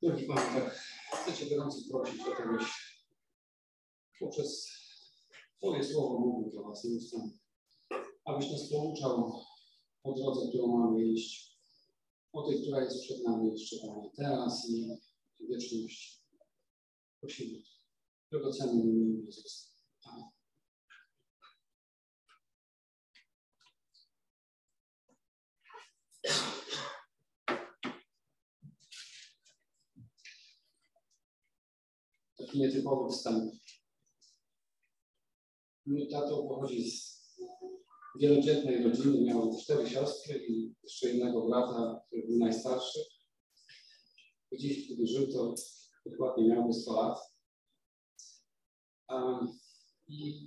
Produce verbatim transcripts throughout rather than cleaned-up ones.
Drogi Panie, tak chcę Cię gorąco prosić o to, byś poprzez Twoje słowo mówił do nas nieustannie, abyś nas pouczał o drodze, którą mamy iść, o tej, która jest przed nami jeszcze, Panie, teraz i w wieczności. Prosimy, drogocenny imieniu Jezusa. Amen. Taki nietypowy wstęp. Mój tato pochodzi z wielodzietnej rodziny, miał cztery siostry i jeszcze innego brata, który był najstarszy. Gdzieś, kiedy żył, to dokładnie miałby sto lat. Um, I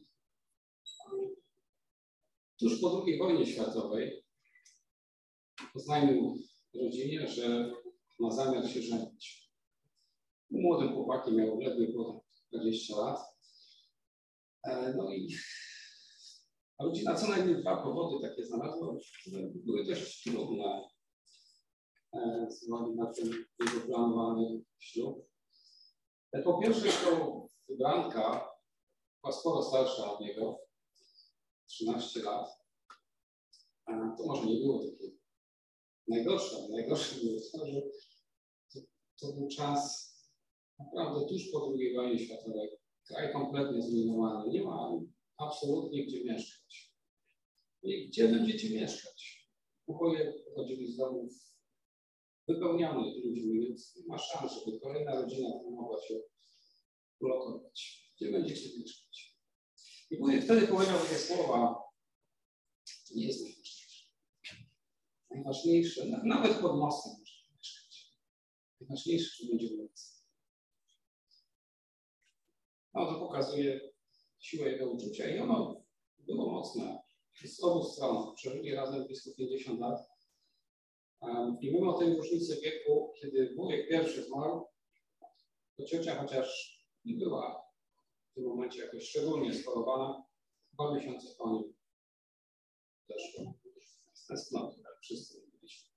tuż po drugiej wojnie światowej oznajmił rodzinie, że ma zamiar się żenić. Młodym chłopakiem, miał ledwie po dwadzieścia lat. No i rodzina co najmniej dwa powody takie znalazła, które były dość trudne z uwagi na ten jego planowany ślub. Po pierwsze, to wybranka była sporo starsza od niego, trzynaście lat. To może nie było takie najgorsze, ale najgorsze było to, że to, to był czas naprawdę tuż po drugiej wojnie światowej. Kraj kompletnie zrujnowany. Nie ma absolutnie gdzie mieszkać. I gdzie będziecie mieszkać? Pokoje pochodzili z domów wypełnione ludźmi, więc nie ma szans, żeby kolejna rodzina mogła się ulokować. Gdzie będziecie mieszkać? I wujek wtedy powiedział takie słowa: nie jest najważniejsze. Najważniejsze, nawet pod mostem możemy mieszkać. Najważniejsze, że będzie ulica. No to pokazuje siłę jego uczucia i ono było mocne. Z obu stron przeżyli razem blisko pięćdziesiąt lat. Um, I mimo tej różnicy wieku, kiedy wujek pierwszy zmarł, to ciocia, chociaż nie była w tym momencie jakoś szczególnie schorowana, dwa miesiące po nim też z tęsknoty, jak wszyscy mówiliśmy.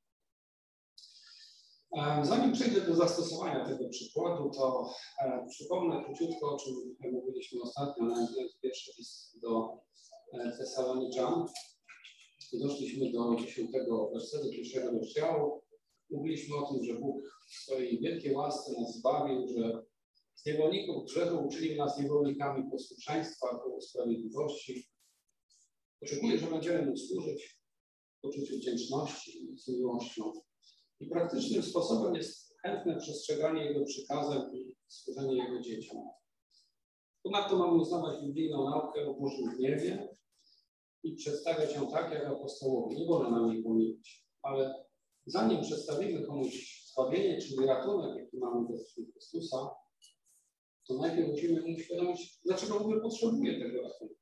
Um, zanim przejdę do zastosowania tego przykładu, to um, przypomnę króciutko, o czym mówiliśmy ostatnio, analizując pierwszy list do Tesaloniczan. Doszliśmy do dziesiątego wersetu pierwszego rozdziału. Mówiliśmy o tym, że Bóg w swojej wielkiej łasce nas zbawił, że z niewolników grzechu uczynił nas niewolnikami posłuszeństwa ku usprawiedliwości. Oczekuję, że będziemy mu służyć w poczuciu wdzięczności i z miłością. I praktycznym sposobem jest chętne przestrzeganie Jego przykazań i służenie Jego dzieciom. Ponadto mamy uznawać biblijną naukę o Bożym gniewie i przedstawiać ją tak, jak apostołowie. Nie wolno nam jej pomijać. Ale zanim przedstawimy komuś zbawienie, czyli ratunek, jaki mamy we krwi Chrystusa, to najpierw musimy mu uświadomić, dlaczego w ogóle potrzebuje tego ratunku.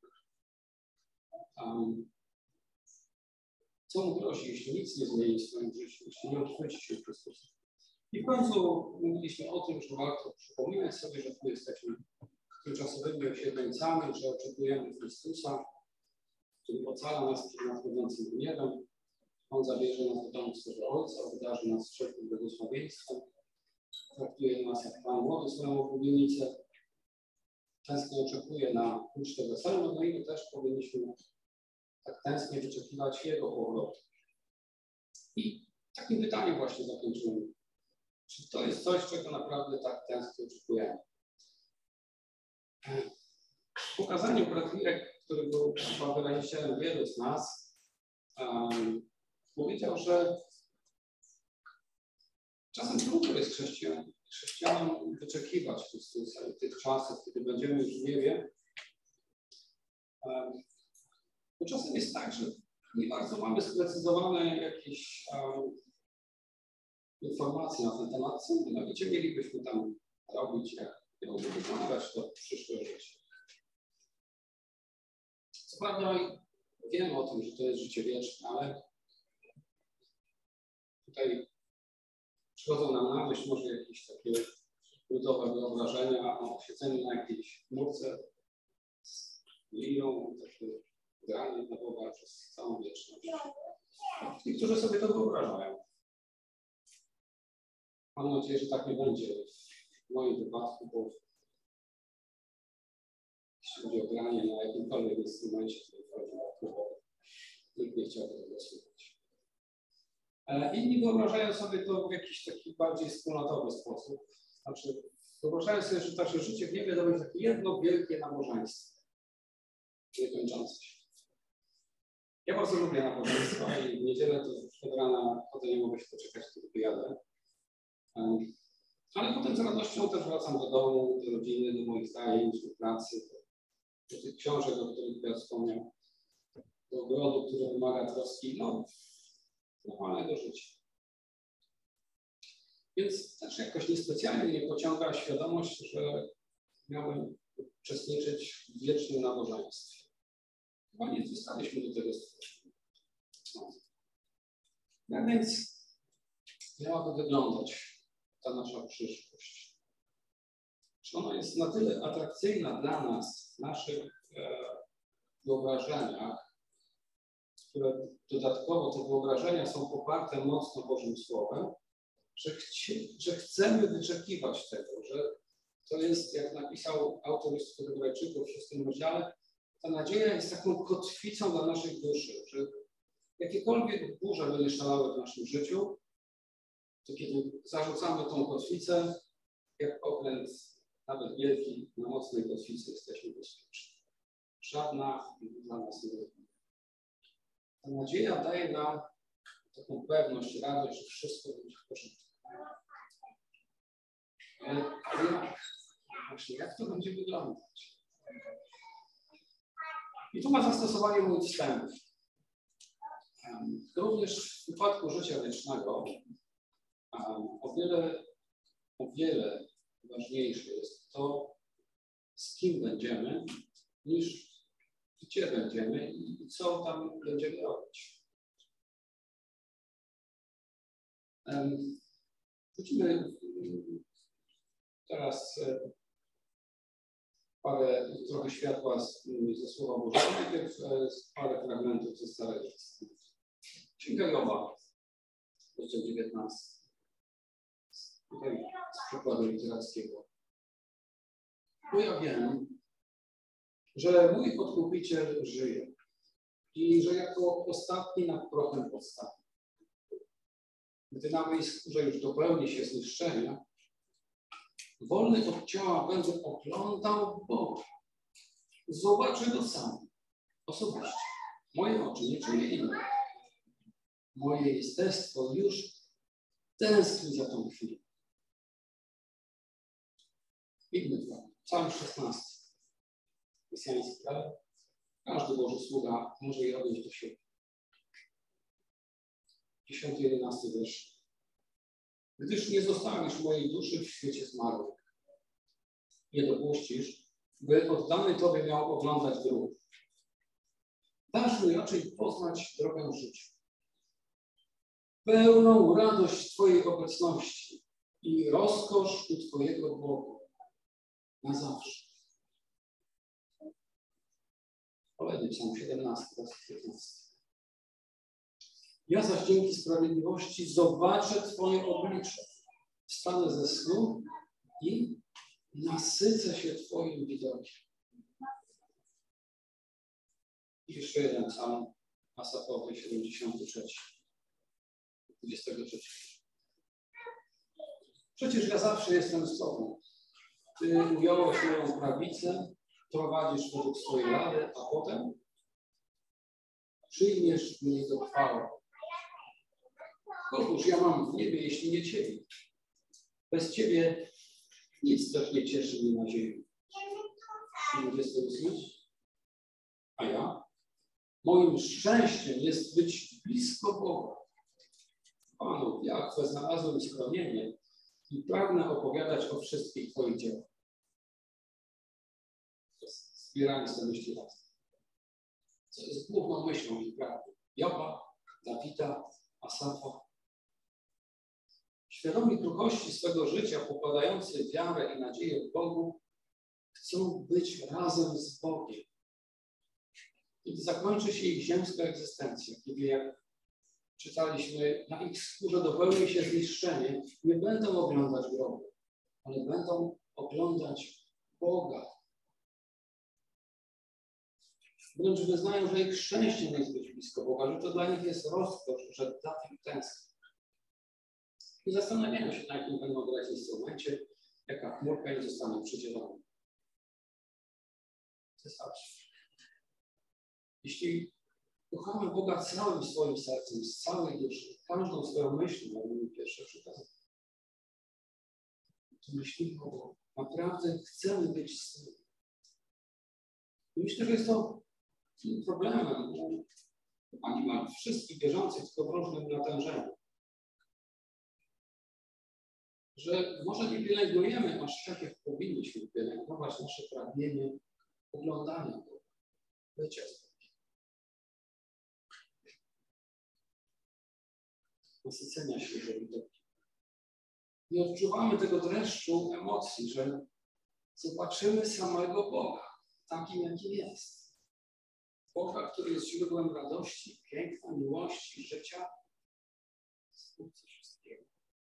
Um, co mu grozi, jeśli nic nie zmieni w swoim życiu, jeśli nie odchwyci się Chrystusa. I w końcu mówiliśmy o tym, że warto przypominać sobie, że tu jesteśmy tymczasowymi osiedleńcami, że oczekujemy Chrystusa, który ocala nas przed nadchodzącym gniewem. On zabierze nas do domu swego Ojca, obdarzy nas wszelkim błogosławieństwem, traktuje nas jak Pan młody swoją oblubienicę, tęsknie oczekuje na ucztę weselną, no i my też powinniśmy tak tęsknie wyczekiwać Jego powrotu. I takim pytaniem właśnie zakończymy. Czy to jest coś, czego naprawdę tak tęsknie oczekujemy? W pokazaniu Bratwirek, który był chyba wyrazicielem wielu z nas, um, powiedział, że czasem trudno jest chrześcijan, chrześcijanom wyczekiwać Chrystusa i tych czasów, kiedy będziemy już w niebie. Um, bo czasem jest tak, że nie bardzo mamy sprecyzowane jakieś um, informacje na ten temat, co mianowicie mielibyśmy tam robić, jak miałoby wyglądać to przyszłe życie. Co prawda wiemy o tym, że to jest życie wieczne, ale tutaj przychodzą nam na myśl może jakieś takie ludowe wyobrażenia o siedzeniu na jakiejś murce z lirą, takie granie na Boga przez całą wieczność. Niektórzy sobie to wyobrażają. Mam nadzieję, że tak nie będzie w moim wypadku, bo jeśli chodzi o granie na jakimkolwiek instrumencie, to nikt nie chciałby tego słuchać. Inni wyobrażają sobie to w jakiś taki bardziej wspólnotowy sposób. Znaczy, wyobrażają sobie, że nasze życie w niebie to będzie takie jedno wielkie nabożeństwo, niekończące się. Ja bardzo lubię nabożeństwa i w niedzielę to od rana chodzę, nie mogę się doczekać, kiedy wyjadę. Ale potem z radością też wracam do domu, do rodziny, do moich zajęć, do pracy, do tych książek, o których ja wspomniał, do ogrodu, który wymaga troski, no, normalnego życia. Więc też jakoś niespecjalnie nie pociąga świadomość, że miałem uczestniczyć w wiecznym nabożeństwie. Chyba nie zostaliśmy do tego stworzeni. No. Jak więc miałaby wyglądać ta nasza przyszłość? Czy ona jest na tyle atrakcyjna dla nas w naszych e, wyobrażeniach, które dodatkowo te wyobrażenia są poparte mocno Bożym Słowem, że, chci, że chcemy wyczekiwać tego, że to jest, jak napisał autor listu do Hebrajczyków w szóstym rozdziale, ta nadzieja jest taką kotwicą dla naszej duszy, że jakiekolwiek burze by nie szalały w naszym życiu, to kiedy zarzucamy tą kotwicę, jak okręt, nawet wielki, na mocnej kotwicy jesteśmy bezpieczni. Żadna dla nas nie wygląda. Ta nadzieja daje nam taką pewność, radość, że wszystko będzie w porządku. Ale jak, właśnie, jak to będzie wyglądać? I tu ma zastosowanie mój wstęp. Również w przypadku życia wiecznego o wiele, o wiele ważniejsze jest to, z kim będziemy, niż gdzie będziemy i co tam będziemy robić. Wrócimy teraz parę, trochę światła z, ze Słowa Bożego. Najpierw parę fragmentów ze Starego Testamentu. Księga Joba, rozdział dziewiętnasty. Tutaj z przykładu literackiego. Bo ja wiem, że mój Odkupiciel żyje i że jako ostatni nad prochem powstanie. Gdy na mojej skórze już dopełni się zniszczenia, wolny od ciała będę oglądał Boga. Zobaczę Go sam, osobiście. Moje oczy, nie czuję innych. Moje jestestwo już tęskni za tą chwilą. Inny fragment, Psalm szesnasty. Mesjański, ale każdy Boży sługa może je odnieść do siebie. dziesiąty, jedenasty wiersz. Gdyż nie zostawisz mojej duszy w świecie zmarłych. Nie dopuścisz, by oddany Tobie miał oglądać grób. Dasz mi raczej poznać drogę życia. Pełną radość Twojej obecności i rozkosz u Twojego Boga. Na zawsze. Kolejny Psalm siedemnasty, werset piętnasty. Ja zaś dzięki sprawiedliwości zobaczę Twoje oblicze. Wstanę ze snu i nasycę się Twoim widokiem. I jeszcze jeden psalm Asafowy, siedemdziesiąty trzeci. dwudziestego trzeciego. Przecież ja zawsze jestem z Tobą. Ty ująłeś moją prawicę, prowadzisz według swojej rady, a potem przyjmiesz mnie do chwały. Kogoż ja mam w niebie, jeśli nie Ciebie? Bez Ciebie nic też nie cieszy mnie na ziemi. dwudziesty ósmy. A ja? Moim szczęściem jest być blisko Boga. Panu, Jahwe, znalazłem schronienie i pragnę opowiadać o wszystkich Twoich dziełach. Zbieranie sobie myśli raz. Co jest główną myślą ich prawdy? Joba, Dawida, Asafa. Świadomi kruchości swego życia, pokładający wiarę i nadzieję w Bogu, chcą być razem z Bogiem. Kiedy zakończy się ich ziemska egzystencja, kiedy jak czytaliśmy, na ich skórze dopełni się zniszczenie, nie będą oglądać grobu, ale będą oglądać Boga. Wręcz wyznają, że ich szczęściem jest być blisko Boga, że to dla nich jest rozkosz, że za tym tęsknią. I zastanawiają się, na jakim będą grać instrumencie, jaka chmurka im zostanie przydzielona. To jest absurd. Jeśli kochamy Boga całym swoim sercem, z całej duszy, każdą swoją myślą, jak mówił pierwsze przykazanie, to myślimy o Bogu. Naprawdę chcemy być z Nim. I myślę, że jest to problemem u niemal wszystkich wierzących, tylko w różnym natężeniu. Że może nie pielęgnujemy aż tak, jak powinniśmy pielęgnować nasze pragnienie oglądania Boga, bycia z Bogiem, nasycenia się Jego widokiem. Nie odczuwamy tego dreszczu emocji, że zobaczymy samego Boga, takim, jakim jest. Boga, który jest źródłem radości, piękna, miłości, życia, skutki wszystkiego.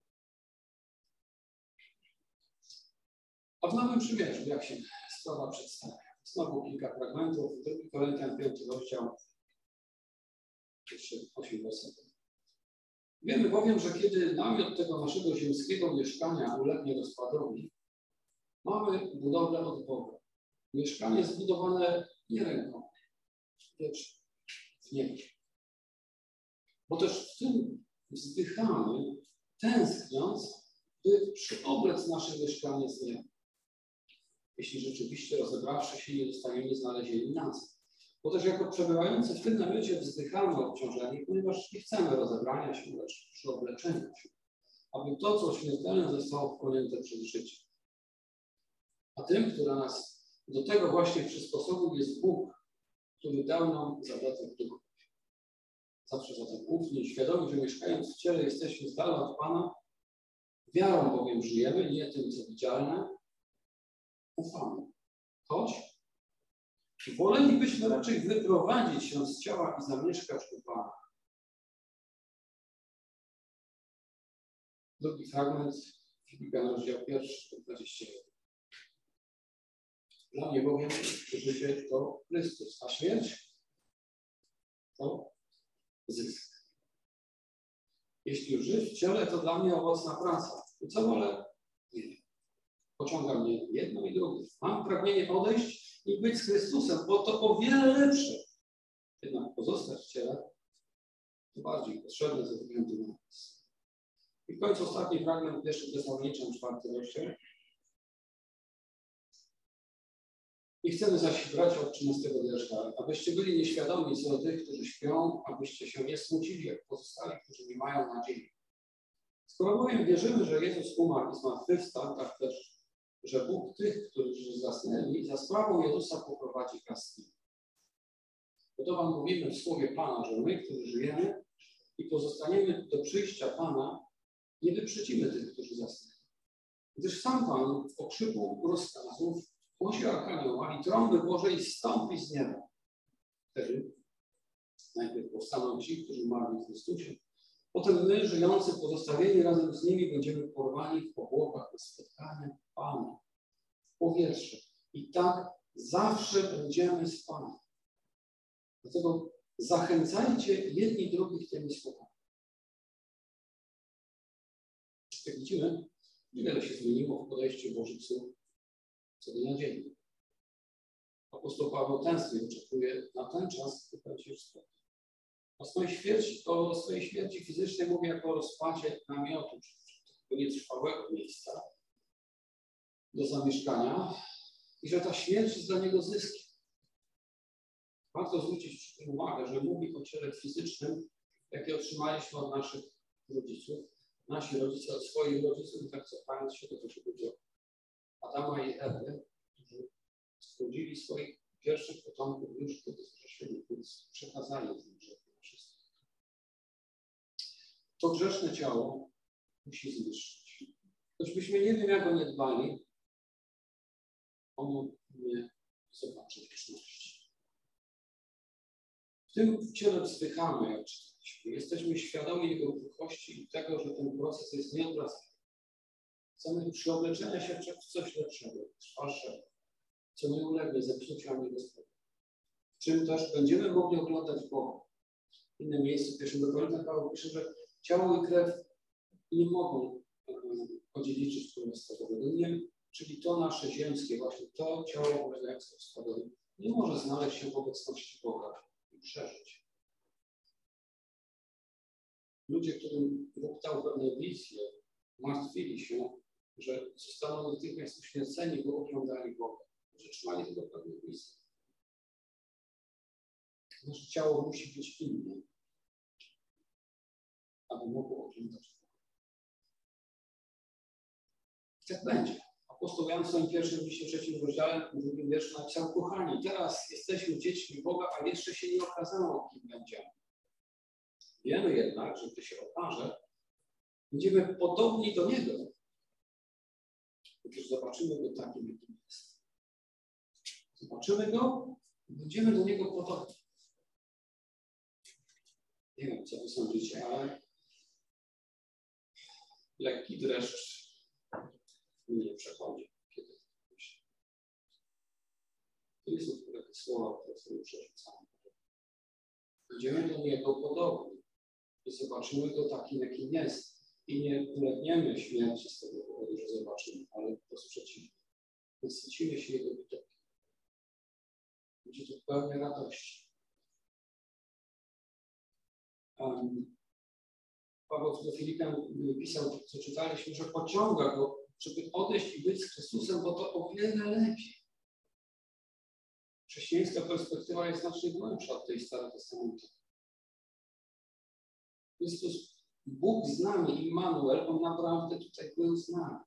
A w Nowym Przymierzu, jak się sprawa przedstawia? Znowu kilka fragmentów. drugi Koryntian, piąty rozdział, jeszcze osiem wersetów. Wiemy bowiem, że kiedy namiot tego naszego ziemskiego mieszkania ulegnie rozpadowi, mamy budowlę od Boga. Mieszkanie zbudowane nie ręką, lecz w niebie. Bo też w tym wzdychamy, tęskniąc, by przyoblec nasze mieszkanie z nieba. Jeśli rzeczywiście rozebrawszy się, nie zostaniemy znalezieni nas. Bo też jako przebywający w tym namiocie wzdychamy obciążeni, ponieważ nie chcemy rozebrania się, lecz przyobleczenia się, aby to, co śmiertelne, zostało wchłonięte przez życie. A tym, który nas do tego właśnie przysposobił, jest Bóg, który dał nam zadatek ducha. Zawsze zatem ufni, świadomi, że mieszkając w ciele jesteśmy z dala od Pana, wiarą bowiem żyjemy, nie tym, co widzialne, ufamy. Choć wolelibyśmy raczej wyprowadzić się z ciała i zamieszkać u Pana. Drugi fragment, Filipian, rozdział pierwszy, dwudziesty jeden. Dla mnie bowiem życie to Chrystus, a śmierć to zysk. Jeśli żyć w ciele, to dla mnie owocna praca. I co wolę? Nie wiem. Pociąga mnie jedno i drugie. Mam pragnienie odejść i być z Chrystusem, bo to o wiele lepsze. Jednak pozostać w ciele to bardziej potrzebne ze względu na nas. I w końcu ostatni fragment, pierwszy Tesaloniczan, czwarty rozdział. I chcemy zaś brać od trzynastego wiersza, abyście byli nieświadomi co do tych, którzy śpią, abyście się nie smucili, jak pozostali, którzy nie mają nadziei. Skoro bowiem wierzymy, że Jezus umarł i zmartwychwstał, tak też, że Bóg tych, którzy zasnęli, za sprawą Jezusa poprowadzi wraz z nim. Bo to wam mówimy w słowie Pana, że my, którzy żyjemy i pozostaniemy do przyjścia Pana, nie wyprzedzimy tych, którzy zasnęli. Gdyż sam Pan w okrzyku rozkazów głosi arkanioła i trąby Bożej zstąpi z nieba. Wtedy najpierw powstaną ci, którzy umarli w Chrystusie. Potem my, żyjący, pozostawieni razem z nimi, będziemy porwani w obłokach na spotkanie Pana, w powietrze. I tak zawsze będziemy z Panem. Dlatego zachęcajcie jedni drugich tymi słowami. Jak widzimy, niewiele się zmieniło w podejściu Bożiców co do nadziei. Apostoł Paweł tęskni, oczekuje na ten czas, gdy będzie już spokój. O swojej śmierci, o swojej śmierci fizycznej mówię jako o rozpadzie namiotu, tego nietrwałego miejsca do zamieszkania i że ta śmierć jest dla niego zyskiem. Warto zwrócić przy tym uwagę, że mówi o ciele fizycznym, jakie otrzymaliśmy od naszych rodziców. Nasi rodzice od swoich rodziców, i tak cofając się do tego Adama i Ewy, którzy spłodzili swoich pierwszych potomków już kiedy zgrzeszyli, więc przekazali im grzechy wszystko. To grzeszne ciało musi zniszczyć. Choćbyśmy nie wiem, jak o nie dbali, ono nie zobaczy wieczności. W tym ciele wzdychamy, jak czytaliśmy. jesteśmy. Jesteśmy świadomi Jego kruchości i tego, że ten proces jest nieodwracalny. Chcemy przyobleczenia się w coś lepszego, trwalszego, co nie ulegnie zepsuciu ani rozpadu. W czym też będziemy mogli oglądać Boga. W innym miejscu, w pierwszym do Koryntian Paweł pisze, że ciało i krew nie mogą odziedziczyć Królestwa Bożego. Nie, czyli to nasze ziemskie, właśnie to ciało ulegające rozpadowi, nie może znaleźć się w obecności Boga i przeżyć. Ludzie, którym Bóg dał pewne wizje, martwili się, że zostaną natychmiast uśmierceni, bo oglądali Boga, że trzymali tego pewne wizje. Nasze ciało musi być inne, aby mogło oglądać Boga. Tak będzie. Apostoł Jan w swoim pierwszym liście, trzecim rozdziale, w drugim wierszu napisał: kochani, teraz jesteśmy dziećmi Boga, a jeszcze się nie okazało, kim będziemy. Wiemy jednak, że gdy się okaże, będziemy podobni do Niego, gdyż zobaczymy Go takim, jakim jest. Zobaczymy Go i będziemy do Niego podobni. Nie wiem, co wy sądzicie, ale lekki dreszcz mnie przechodzi, kiedy to myślę. To nie są takie słowa, które sobie przerzucamy. Będziemy do Niego podobni i zobaczymy Go takim, jakim jest. I nie ulegniemy śmierci z tego powodu, że zobaczymy, ale po przeciwnie. Nasycimy się Jego widokiem. Będzie to pełnia radości. Um, Paweł do Filipian pisał, co czytaliśmy, że pociąga go, żeby odejść i być z Chrystusem, bo to o wiele lepiej. Chrześcijańska perspektywa jest znacznie głębsza od tej starotestamentowej. Chrystus, Bóg z nami, Immanuel, On naprawdę tutaj był z nami.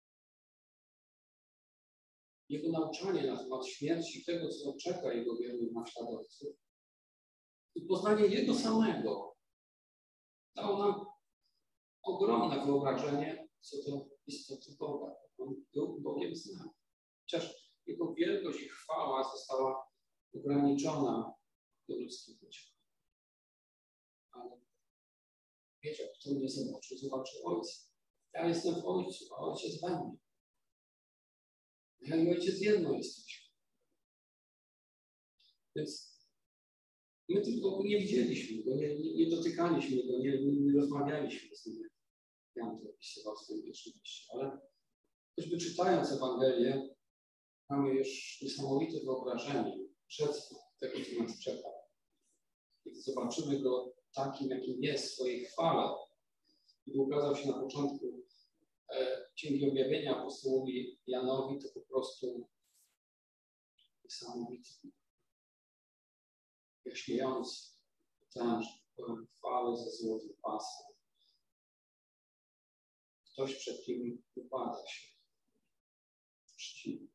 Jego nauczanie na temat śmierci, tego, co czeka Jego wiernych naśladowców i poznanie Jego samego dało nam ogromne wyobrażenie co do istoty Boga. On był Bogiem z nami. Chociaż Jego wielkość i chwała została ograniczona do ludzkiego ciała. Ale wiedział, kto mnie zobaczy, zobaczy Ojca. Ja jestem w Ojcu, a Ojciec we mnie. Ja i Ojciec jedno jesteśmy. Więc my tylko nie widzieliśmy Go, nie, nie, nie dotykaliśmy Go, nie, nie, nie rozmawialiśmy z Nim. Jan to opisywał w swoim pierwszym liście. Ale choćby czytając Ewangelię, mamy już niesamowite wyobrażenie, przedzwon tego, co nas czeka. Kiedy zobaczymy Go takim, jakim jest w swojej chwale. Gdy ukazał się na początku e, Księgi Objawienia apostołowi Janowi, to po prostu niesamowity. Jak śmiejący, tęż, pełen chwały ze złotym pasem. Ktoś, przed kim upada się. Czci.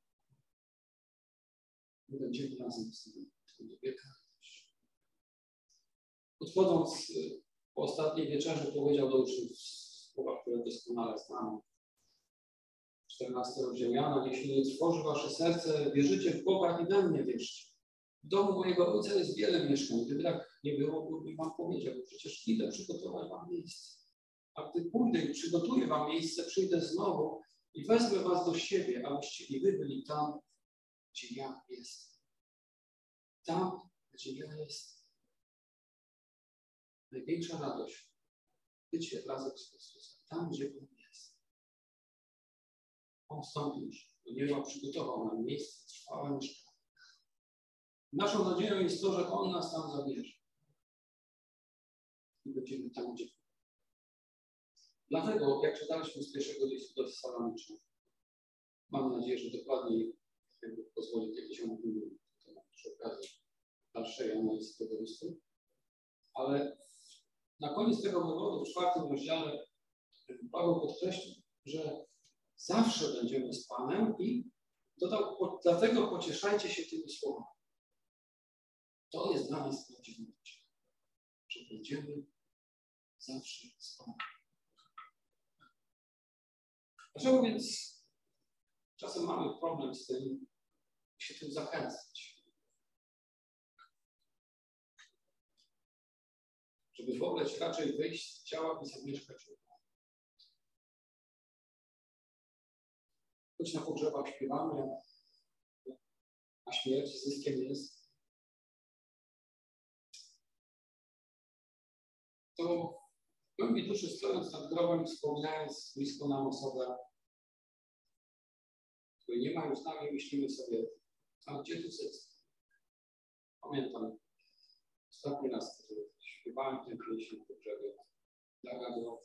My będziemy razem z nim. To będzie wielka radość. Odchodząc po ostatniej wieczerzy, powiedział do uczniów słowa, które doskonale znamy. czternasty rozdział Jana: jeśli nie trwoży wasze serce, wierzycie w Boga i we mnie wierzcie. W domu mojego Ojca jest wiele mieszkań. Gdyby tak nie było, bym wam powiedział, bo przecież idę przygotować wam miejsce. A gdy pójdę i przygotuję wam miejsce, przyjdę znowu i wezmę was do siebie, abyście i wy byli tam, gdzie ja jestem. Tam, gdzie ja jestem. Największa radość bycie razem z Chrystusem. Tam, gdzie On jest. On stąd już do nieba przygotował nam miejsce trwałe mieszkanie. Naszą nadzieją jest to, że On nas tam zabierze. I będziemy tam, gdzie jest. Dlatego, jak czytaliśmy z pierwszego listu do Saloniczan, mam nadzieję, że dokładniej jakby pozwoli kiedyś omówimy przy okazji dalszej analizy tego listu. Ale na koniec tego wywodu, w czwartym rozdziale, Paweł podkreślił, że zawsze będziemy z Panem i dodał, po, dlatego pocieszajcie się tymi słowami. To jest dla nas prawdziwe życie, że będziemy zawsze z Panem. Dlaczego więc czasem mamy problem z tym, się tym zachęcać? żeby w ogóle raczej wyjść z ciała i zamieszkać. Choć na pogrzebach śpiewamy, a śmierć zyskiem jest, to w głębi duszy stojąc nad grobem, wspominając blisko nam osobę, której nie ma już z nami, myślimy sobie, a gdzie tu jest? Pamiętam ostatni raz, kiedy śpiewałem tę pieśń w pogrzebie. Daga go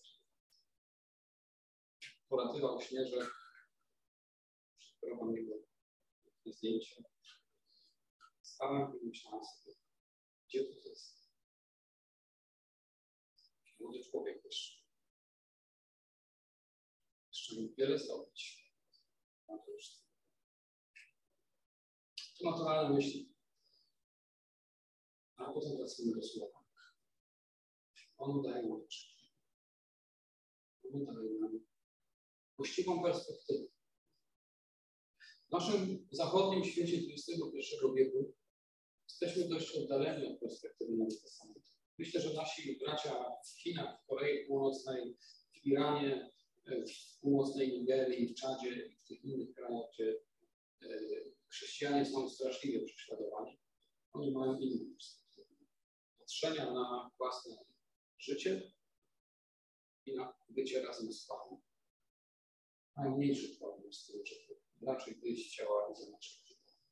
poratywał śnieżek, przed grobem jego zdjęcie. Stałem i myślałem sobie, gdzie tu jest? Młody człowiek też. Jeszcze mógł wiele zrobić. To naturalne myśli. A potem wracamy do słowa. On daje nam rzeczy. On daje nam właściwą perspektywę. W naszym zachodnim świecie dwudziestego pierwszego wieku jesteśmy dość oddaleni od perspektywy Nowego Testamentu. Myślę, że nasi bracia w Chinach, w Korei Północnej, w Iranie, w północnej Nigerii, w Czadzie i w tych innych krajach, gdzie chrześcijanie są straszliwie prześladowani, oni mają inną perspektywę. Patrzenia na własne życie i na bycie razem z Panem. Mają mniejszy problem z tym, żeby raczej wyjść z ciała i zobaczyć.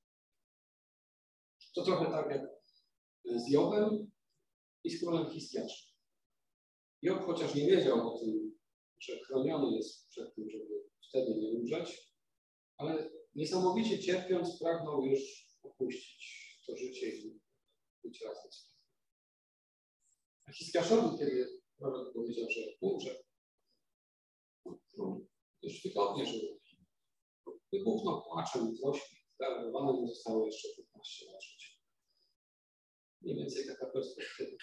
To trochę tak jak z Jobem i z królem Hiskiaszem. Job chociaż nie wiedział o tym, że chroniony jest przed tym, żeby wtedy nie umrzeć, ale niesamowicie cierpiąc pragnął już opuścić to życie i być razem z nim. A Hiskiaszowi, kiedy prorok powiedział, że umrze, już wygodnie żył. Wybuchnął płaczem złości, darowane mu zostało jeszcze piętnaście lat życia. Mniej więcej taka perspektywa.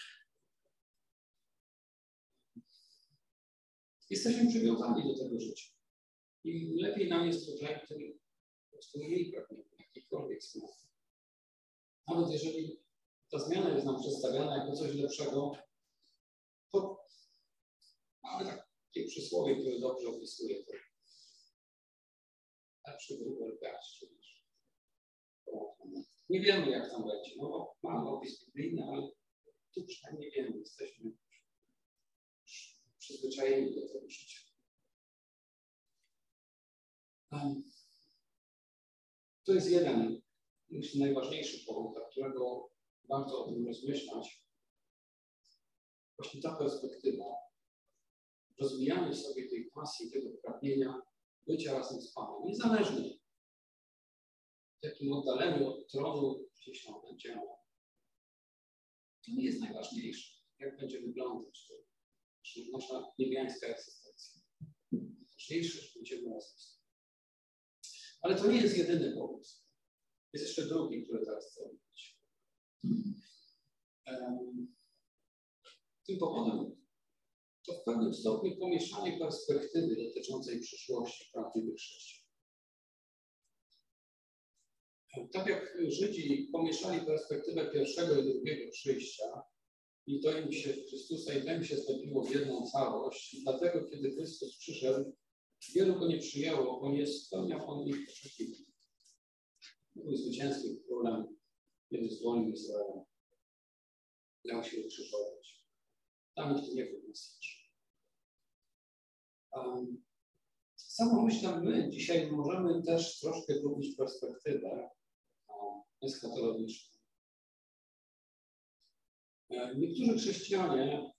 Jesteśmy przywiązani do tego życia. Im lepiej nam jest tutaj, tym po prostu mniej pragniemy jakichkolwiek zmian. Nawet jeżeli ta zmiana jest nam przedstawiana jako coś lepszego, to mamy takie przysłowie, które dobrze opisuje to. Lepszy wróbel garść. Nie wiemy, jak tam będzie. No, mamy opis biblijny, ale tu przynajmniej wiemy, jesteśmy przyzwyczajeni do tego życia. To jest jeden, myślę, najważniejszy powód, dla którego warto o tym rozmyślać. Właśnie ta perspektywa, rozwijanie sobie tej pasji, tego pragnienia bycia razem z Panem, niezależnie w jakim oddaleniu od tronu gdzieś tam będziemy. To nie jest najważniejsze, jak będzie wyglądać to, czyli nasza niebiańska egzystencja. Najważniejsze, że będziemy razem z Panem. Ale to nie jest jedyny powód. Jest jeszcze drugi, który teraz chcę mówić. Um, tym powodem to w pewnym stopniu pomieszanie perspektywy dotyczącej przyszłości prawdziwych chrześcijan. Tak jak Żydzi pomieszali perspektywę pierwszego i drugiego przyjścia i to im się w Chrystusa i to im się zlepiło w jedną całość, i dlatego kiedy Chrystus przyszedł, wielu go nie przyjęło, bo nie spełniał on ich oczekiwań. Był zwycięskim królem, kiedy zwolnił Izrael. Miał się ukrzyżować. Tam nikt nie był Mesjasz. Um, Samo myślę, my dzisiaj możemy też troszkę gubić perspektywę um, eschatologiczną. Niektórzy chrześcijanie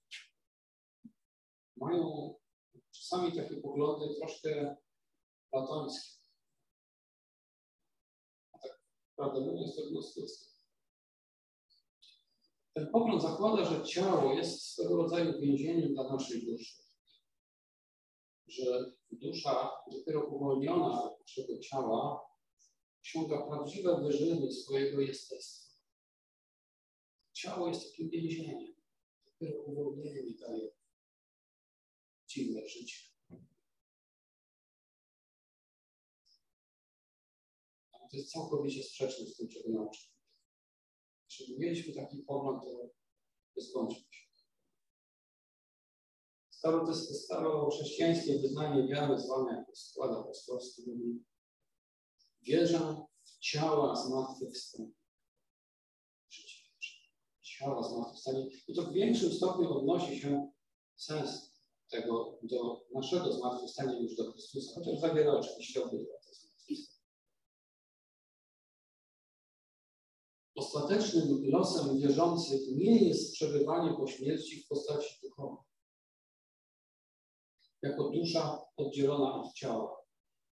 mają czasami takie poglądy troszkę platońskie. A tak prawdę mówiąc, to gnostyckie. Ten pogląd zakłada, że ciało jest swego rodzaju więzieniem dla naszej duszy. Że dusza, dopiero uwolniona od naszego ciała, osiąga prawdziwe wyżyny swojego jestestwa. Ciało jest takim więzieniem. Dopiero uwolnienie mi daje dziwne życie. To jest całkowicie sprzeczne z tym, czego nauczymy. Jeśli mieliśmy taki pogląd, to zbądźmy się. Starochrześcijańskie wyznanie wiary zwane jako skład apostolski mówi: wierzę w ciała zmartwychwstania. Ciała zmartwychwstania. I to w większym stopniu odnosi się sens tego do naszego zmartwychwstania niż do Chrystusa, chociaż zawiera oczywiście obydwa te zmartwychwstania. Ostatecznym losem wierzących nie jest przebywanie po śmierci w postaci duchowej, jako dusza oddzielona od ciała.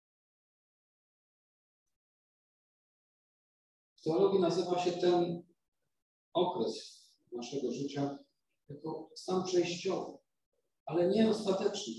W teologii nazywa się ten okres naszego życia jako stan przejściowy, ale nie ostateczny.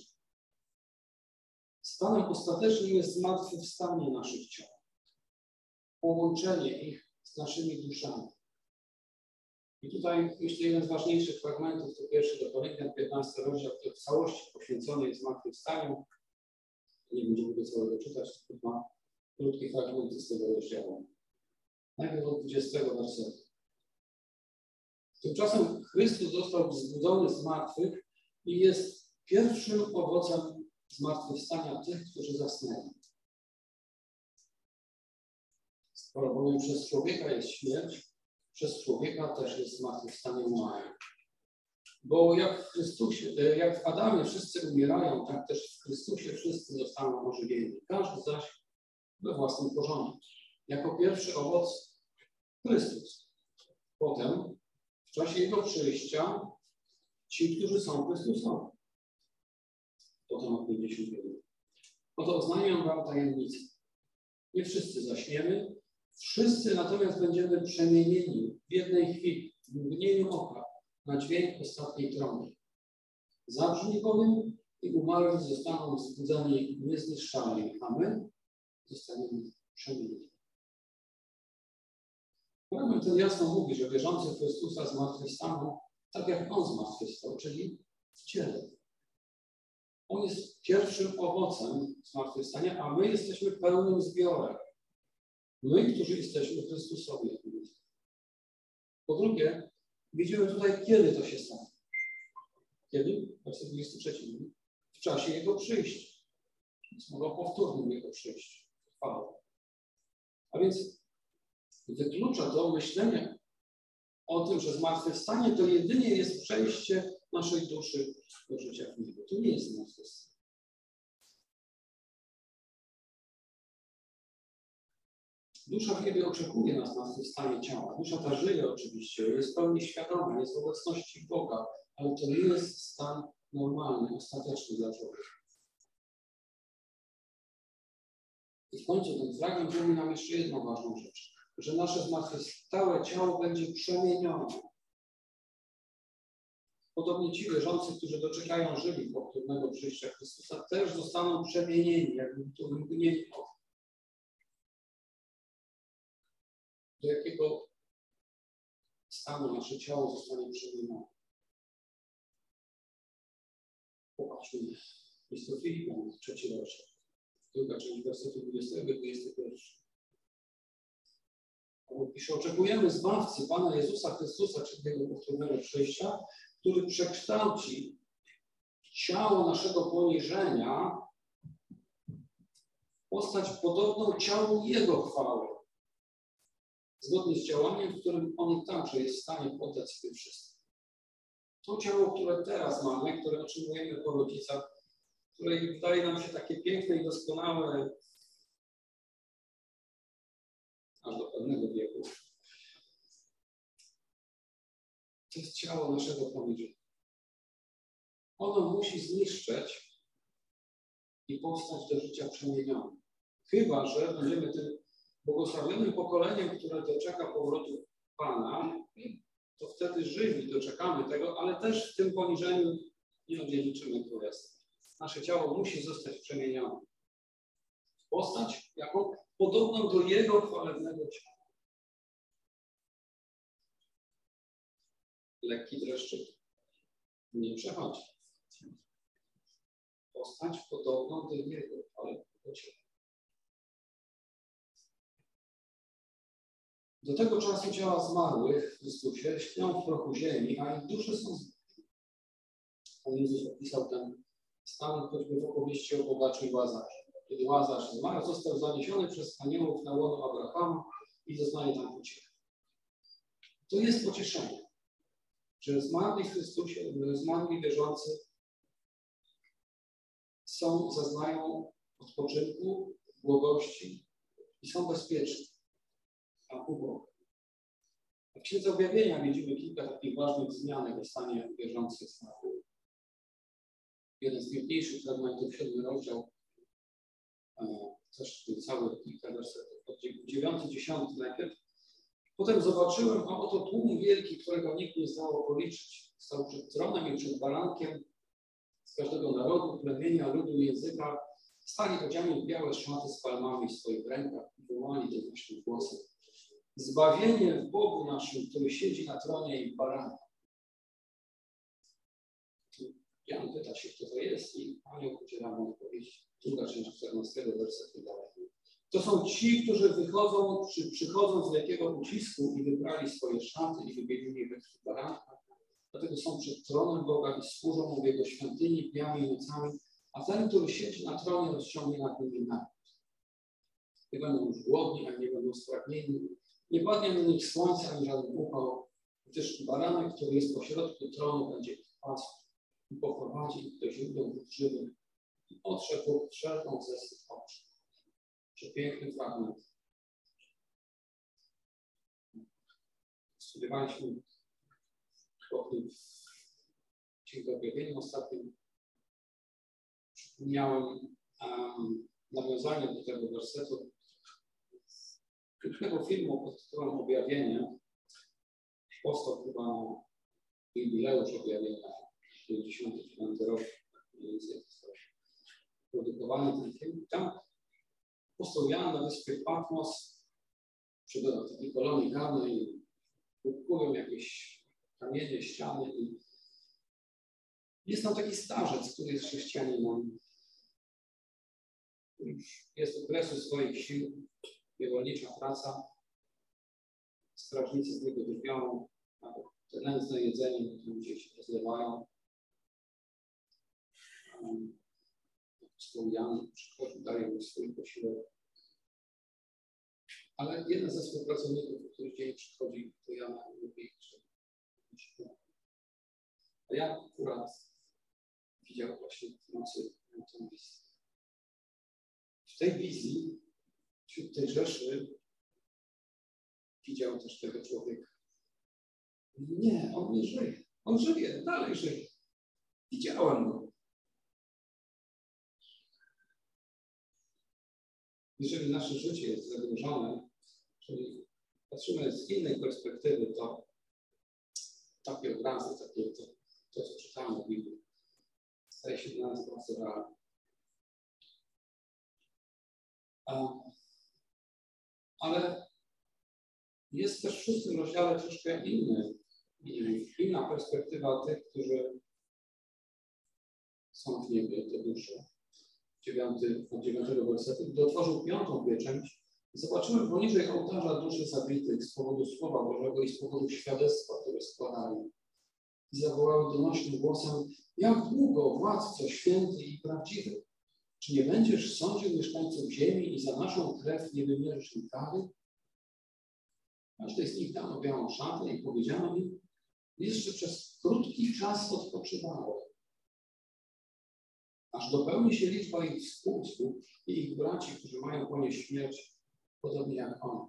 Stanem ostatecznym jest zmartwychwstanie naszych ciał, połączenie ich z naszymi duszami. I tutaj, myślę, jeden z ważniejszych fragmentów to pierwszy do Koryntian, piętnasty rozdział, który w całości poświęcony jest zmartwychwstaniu. Nie będziemy go całego czytać, tylko dwa krótkie fragmenty z tego rozdziału. Najpierw od dwudziestego wersetu. Tymczasem Chrystus został wzbudzony z martwych i jest pierwszym owocem zmartwychwstania tych, którzy zasnęli. Skoro bowiem przez człowieka jest śmierć, przez człowieka też jest zmartwychwstanie umarłych. Bo jak w Chrystusie, jak w Adamie wszyscy umierają, tak też w Chrystusie wszyscy zostaną ożywieni. Każdy zaś we własnym porządku. Jako pierwszy owoc Chrystus. Potem, w czasie Jego przyjścia, ci, którzy są Chrystusowi. Potem od pięćdziesiąt jeden. Oto oznajmiam wam tajemnicę. Nie wszyscy zaśniemy, wszyscy natomiast będziemy przemienieni w jednej chwili, w mgnieniu oka, na dźwięk ostatniej trąby. Zabrzmi bowiem i umarli zostaną wzbudzeni niezniszczalni, a my zostaniemy przemienieni. Fragment ten jasno mówi, że wierzący w Chrystusa zmartwychwstaną tak jak On zmartwychwstał, czyli w ciele. On jest pierwszym owocem zmartwychwstania, a my jesteśmy pełnym zbiorem. My, którzy jesteśmy Chrystusowi. Po drugie, widzimy tutaj, kiedy to się stanie. Kiedy? Werset dwudziesty trzeci mówi. W czasie Jego przyjścia. Jest mowa o powtórnym Jego przyjściu. Chwała. A więc wyklucza to myślenie o tym, że zmartwychwstanie to jedynie jest przejście naszej duszy do życia w niebie. To nie jest zmartwychwstanie. Dusza w niebie oczekuje na zmartwychwstanie ciała. Dusza ta żyje oczywiście, jest w pełni świadoma, jest w obecności Boga, ale to nie jest stan normalny, ostateczny dla człowieka. I w końcu ten fragment mówi nam jeszcze jedną ważną rzecz, że nasze zmartwychwstałe ciało będzie przemienione. Podobnie ci wierzący, którzy doczekają żywi powtórnego przyjścia Chrystusa, też zostaną przemienieni, jakby to mgnieni oka. Do jakiego stanu nasze ciało zostanie przemienione? Popatrzmy. Jest to Filipian, trzeci rozdział. Druga część wersetu dwudziestego do dwudziestego pierwszego. Pisze, oczekujemy Zbawcy, Pana Jezusa Chrystusa, czyli Jego powtórnego przyjścia, który przekształci ciało naszego poniżenia w postać podobną ciału Jego chwały. Zgodnie z działaniem, w którym On także jest w stanie poddać sobie wszystko. To ciało, które teraz mamy, które otrzymujemy po rodzicach, które wydaje nam się takie piękne i doskonałe aż do pewnego wieku. To jest ciało naszego poniżenia. Ono musi zniszczeć i powstać do życia przemienione. Chyba że będziemy tym błogosławionym pokoleniem, które doczeka powrotu Pana, to wtedy żywi doczekamy tego, ale też w tym poniżeniu nie odziedziczymy królestwa. Nasze ciało musi zostać przemienione. Postać jaką podobną do Jego chwalebnego ciała. Lekki dreszczyk nie przechodzi. Postać podobną do Jego chwalebnego ciała. Do tego czasu ciała zmarłych w Chrystusie śpią w prochu ziemi, a ich dusze są zmarłe. Pan Jezus opisał ten stan choćby w opowieści o bogaczu i Łazarzu. Kiedy Łazarz zmarł, został zaniesiony przez aniołów na łono Abrahama i doznaje tam pociechy. To jest pocieszenie, że zmarli w Chrystusie, zmarli wierzący są, zaznają odpoczynku, błogości i są bezpieczni. A u Boga. W Księdze Objawienia widzimy kilka takich ważnych zmian w stanie wierzących w Bogu. Jeden z piękniejszych fragmentów, siódmy rozdział, też cały kilka wersetów, od dziewiąty, dziesiąty najpierw. Potem zobaczyłem, a oto tłum wielki, którego nikt nie zdało policzyć. Stał przed tronem i przed barankiem z każdego narodu, plemienia, ludu, języka. Stali odziani w białe szaty z palmami w swoich rękach i wołali tym naszym głosem: zbawienie w Bogu naszym, który siedzi na tronie i w baranku. Jan pyta się, kto to jest, i anioł udziela mu odpowiedzi. Druga część czternastego wersetu dalej. To są ci, którzy wychodzą, czy przychodzą z wielkiego ucisku i wybrali swoje szaty i wybiegli we krwi baranka. Dlatego są przed tronem Boga i służą mu w jego świątyni dniami i nocami, a ten, który siedzi na tronie, rozciągnie nad nimi naród. Nie będą już głodni, ani nie będą spragnieni. Nie padnie na nich słońce, ani żaden upał, gdyż baranek, który jest pośrodku tronu, będzie ich pasł i poprowadzi ich do źródeł wód żywych i otrze Bóg wszelką ze swych oczu. Przepiękny fragment. Studiowaliśmy o tym w Księdze Objawienia ostatnim. Przypomniałem um, nawiązanie do tego wersetu pięknego filmu pod tytułem Objawienie. Powstał chyba na jubileusz Objawienia, dziewięćdziesiąty dziewiąty rok, mniej więcej został produkowany ten film. Tam apostoł Jan na wyspie Patmos przybywa do takiej kolonii karnej, wypływają jakieś kamienie, ściany i jest tam taki starzec, który jest chrześcijaninem. Już jest okresu swoich sił, niewolnicza praca. Strażnicy z niego drwią, nawet te nędzne jedzenie, które ludzie się rozlewają. Apostoł Jan przychodzi, daje mu swój posiłek. Ale jeden ze współpracowników, który dzień przychodzi do Jana i mówi, że a ja akurat widział właśnie w nocy tę wizję. W tej wizji, wśród tej rzeszy, widział też tego człowieka. Nie, on nie żyje. On żyje, dalej żyje. Widziałem go. Jeżeli nasze życie jest zagrożone, czyli patrzymy z innej perspektywy, to takie obrazy, takie to, to co czytamy w Biblii, staje się dla nas bardzo realne. Ale jest też w szóstym rozdziale troszkę inny, inna perspektywa tych, którzy są w niebie, te dusze. Dziewiąty, od dziewiątego wersetu. Gdy otworzył piątą pieczęć, zobaczyłem poniżej ołtarza duszy zabitych z powodu Słowa Bożego i z powodu świadectwa, które składali. I zawołały donośnym głosem: jak długo, władco święty i prawdziwy? Czy nie będziesz sądził mieszkańców ziemi i za naszą krew nie wymierzysz im kary? Każdej z nich dano białą szatę i powiedziano im: jeszcze przez krótki czas odpoczywało, aż dopełni się liczba ich współców i ich braci, którzy mają ponieść śmierć, podobnie jak oni.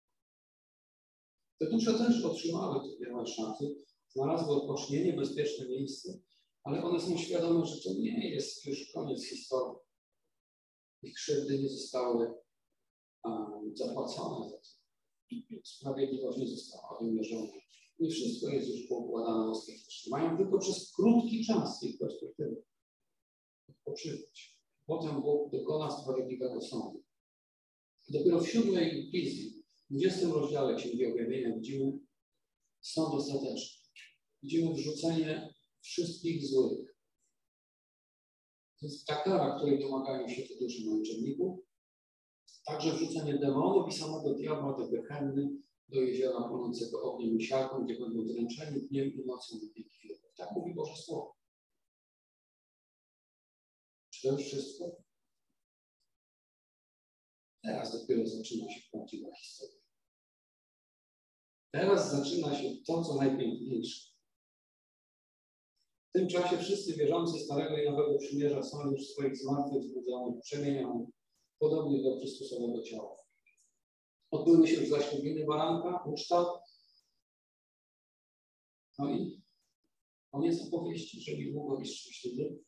Te dusze też otrzymały te białe szaty, znalazły odpocznienie, bezpieczne miejsce, ale one są świadome, że to nie jest już koniec historii. Ich krzywdy nie zostały um, zapłacone za to. Sprawiedliwość nie została wymierzona. Nie wszystko jest już poukładane ostatecznie. Mają tylko przez krótki czas ich perspektywy odpoczywać. Potem Bóg dokona sprawiedliwego sądu. Dopiero w siódmej wizji, w dwudziestym rozdziale Księgi Objawienia widzimy sąd ostateczny. Widzimy wrzucenie wszystkich złych. To jest ta kara, której domagają się te dusze męczenników. Także wrzucenie demonów i samego diabła do Gehenny, do jeziora płonącego ogniem i siarką, gdzie będą dręczeni dniem i nocą na wieki wieków. Tak mówi Boże Słowo. To już wszystko. Teraz dopiero zaczyna się prawdziwa historia. Teraz zaczyna się to, co najpiękniejsze. W tym czasie wszyscy wierzący Starego i Nowego Przymierza są już swoich zmartwychwzbudzonych, przemienionych, podobnie do Chrystusowego ciała. Odbyły się już zaślubiny baranka, uczta. No i koniec opowieści, że długo i szczęśliwy.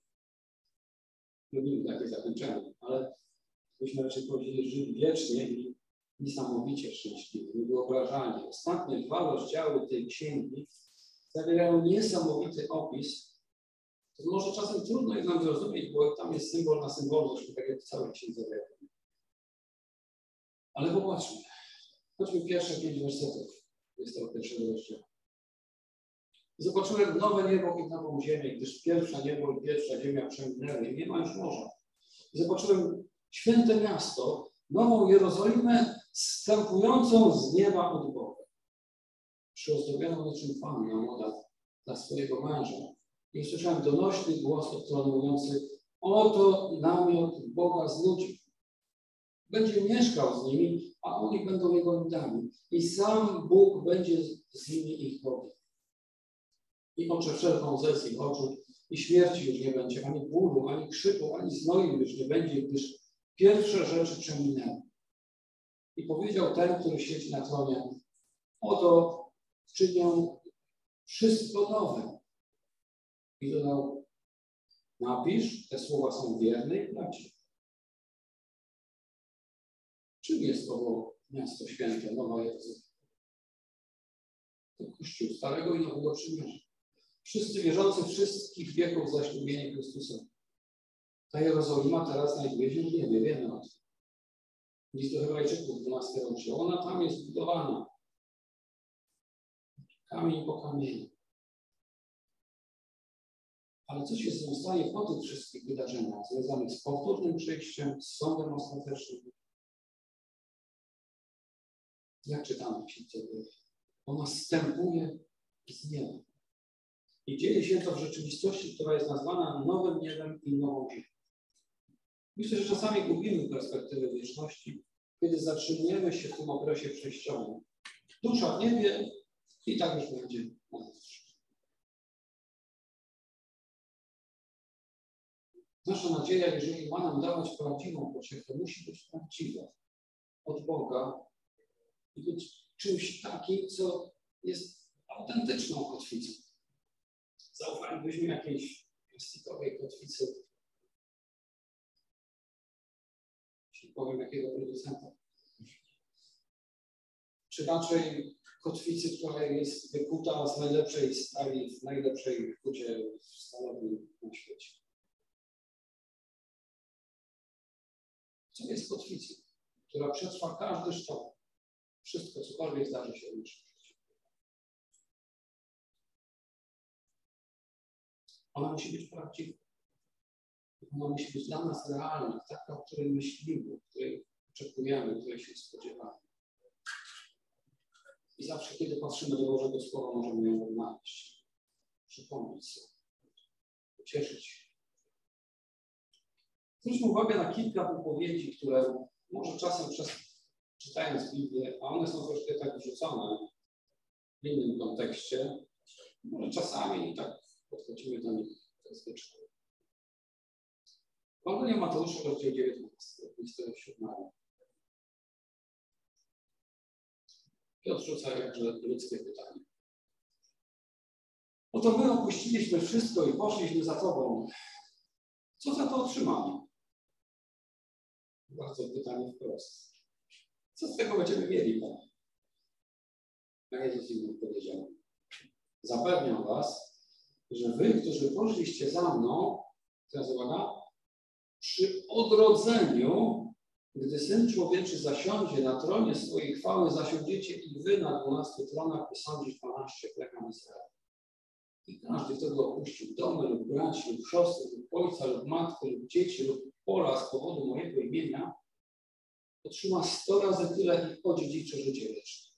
Lubimy takie zakończenie, ale byśmy raczej powiedzieli, że żyli wiecznie i niesamowicie szczęśliwi, niewyobrażalnie. Ostatnie dwa rozdziały tej księgi zawierają niesamowity opis. To może czasem trudno jest nam zrozumieć, bo tam jest symbol na symbolu, zresztą tak jak w całej księdze zawiera. Ale popatrzmy. Chodźmy pierwsze pięć wersetów dwudziestego pierwszego rozdziału. Zobaczyłem nowe niebo i nową ziemię, gdyż pierwsze niebo i pierwsza ziemia przeminęły i nie ma już morza. I zobaczyłem święte miasto, nową Jerozolimę, zstępującą z nieba od Boga. Przyozdobioną niczym panna młoda dla swojego męża. I usłyszałem donośny głos od tronu mówiący: oto namiot Boga z ludźmi. Będzie mieszkał z nimi, a oni będą jego ludami. I sam Bóg będzie z nimi ich Bogiem. I otrze wszelką łzę z ich oczu, i śmierci już nie będzie, ani bólu, ani krzyku, ani znoju już nie będzie, gdyż pierwsze rzeczy przeminęły. I powiedział ten, który siedzi na tronie: oto czynię wszystko nowe. I dodał: napisz, te słowa są wierne i prawdziwe. Czym jest owo miasto święte, Nowa Jerozolima? To Kościół Starego i Nowego Przymierza. Wszyscy wierzący wszystkich wieków zaślubieni Chrystusem. Ta Jerozolima teraz znajduje się w niebie, wiemy o tym. List do Hebrajczyków, dwunasty rozdział. Ona tam jest budowana. Kamień po kamieniu. Ale co się z nią stanie po tych wszystkich wydarzeniach związanych z powtórnym przyjściem, z sądem ostatecznym? Jak czytamy w Księdze Dzieł? Ona zstępuje z nieba. I dzieje się to w rzeczywistości, która jest nazwana nowym niebem i nową ziemią. Myślę, że czasami gubimy perspektywę wieczności, kiedy zatrzymujemy się w tym okresie przejściowym. Dusza w niebie i tak już będzie na zawsze. Nasza nadzieja, jeżeli ma nam dawać prawdziwą pociechę, musi być prawdziwa od Boga i być czymś takim, co jest autentyczną kotwicą. Zaufalibyśmy jakiejś plastikowej kotwicy, jeśli powiem jakiego producenta, czy raczej kotwicy, która jest wykuta z najlepszej stali, z najlepszej kucie stalowej na świecie. Co jest kotwicą, która przetrwa każdy sztorm, wszystko, cokolwiek zdarzy się liczyć. Ona musi być prawdziwa. Ona musi być dla nas realna, taka, o której myślimy, której oczekujemy, której się spodziewamy. I zawsze, kiedy patrzymy do Bożego Słowa, możemy ją odnaleźć, przypomnieć sobie, pocieszyć się. Zwróćmy uwagę na kilka wypowiedzi, które może czasem przez, czytając Biblię, a one są troszkę tak wrzucone w innym kontekście, może czasami tak podchodzimy do nich zazwyczaj. Ewangelia Mateusza, rozdział dziewiętnasty, dwudziestego siódmego. Piotr rzuca jakże ludzkie pytanie. Oto my opuściliśmy wszystko i poszliśmy za Tobą. Co za to otrzymamy? Bardzo pytanie wprost. Co z tego będziemy mieli, Panie? A Jezus im odpowiedział: zapewniam was, że wy, którzy poszliście za mną, teraz uwaga, przy odrodzeniu, gdy Syn Człowieczy zasiądzie na tronie swojej chwały, zasiądziecie i wy na dwunastu tronach posądzić dwanaście plemion Izraela. I każdy, kto go opuścił domy lub braci, lub siostry, lub ojca, lub matkę, lub dzieci, lub pola z powodu mojego imienia, otrzyma sto razy tyle i odziedziczy życie wieczne.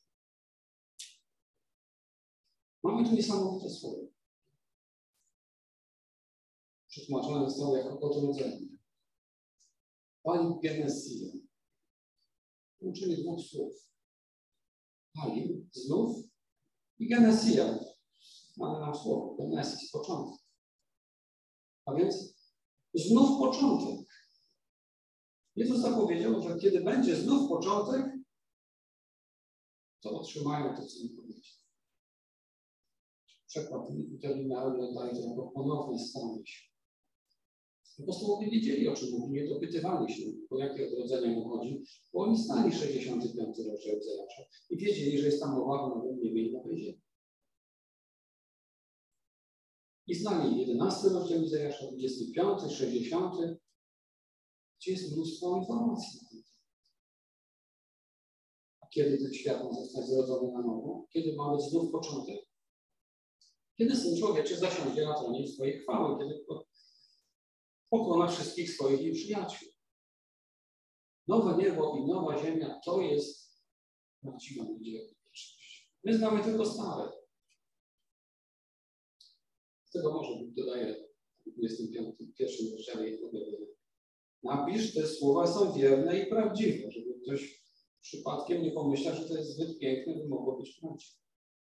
Mamy tu niesamowite słowo. przetłumaczone zostało jako odrodzenie. Pali Genesia. Uczyli dwóch słów. Pali, znów i Genesia. Mamy nam słowo. Genesis, początek. A więc znów początek. Jezus zapowiedział, że kiedy będzie znów początek, to otrzymają to, co im powiedział. Przykład interlinearny daje to jako ponowne stanie się. Apostołowie wiedzieli, o czym mówi, nie dopytywali się, o jakie odrodzenie mu chodzi, bo oni znali sześćdziesiąty piąty rozdział Izajasza i wiedzieli, że jest tam mowa o nowym niebie i nowej ziemi. I znali jedenasty rozdział Izajasza, dwudziesty piąty, sześćdziesiąty, gdzie jest mnóstwo informacji na ten temat. A kiedy ten świat ma zostać zrodzony na nowo? Kiedy ma być znów początek? Kiedy Syn Człowieczy zasiądzie na tronie swojej chwały, kiedy pokona wszystkich swoich nieprzyjaciół. Nowe niebo i nowa ziemia to jest prawdziwa nadzieja. My znamy tylko stare. Z tego może dodaję w dwudziestym piątym, pierwszym rozdziale objawienia. Napisz, te słowa są wierne i prawdziwe, żeby ktoś przypadkiem nie pomyślał, że to jest zbyt piękne, by mogło być prawdziwe.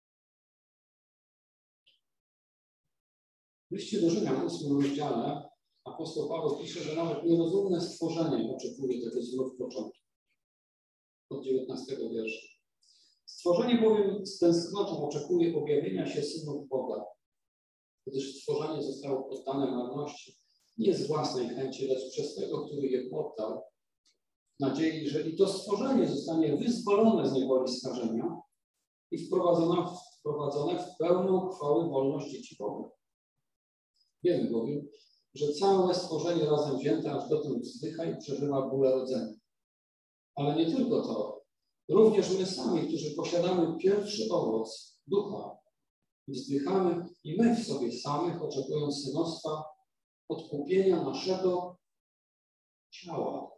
W liście do Rzymian, w ósmym rozdziale, apostoł Paweł pisze, że nawet nierozumne stworzenie oczekuje tego znów początku. Od dziewiętnastego wiersza. Stworzenie bowiem z tęsknotą oczekuje objawienia się synów Boga, gdyż stworzenie zostało poddane marności, nie z własnej chęci, lecz przez tego, który je poddał, w nadziei, że i to stworzenie zostanie wyzwolone z niewoli skażenia i wprowadzone, wprowadzone w pełną chwałę wolność dzieci Boga. Wiemy bowiem, że całe stworzenie razem wzięte aż dotąd wzdycha i przeżywa bóle rodzenia. Ale nie tylko to, również my sami, którzy posiadamy pierwszy owoc ducha, wzdychamy i my w sobie samych, oczekując synostwa, odkupienia naszego ciała.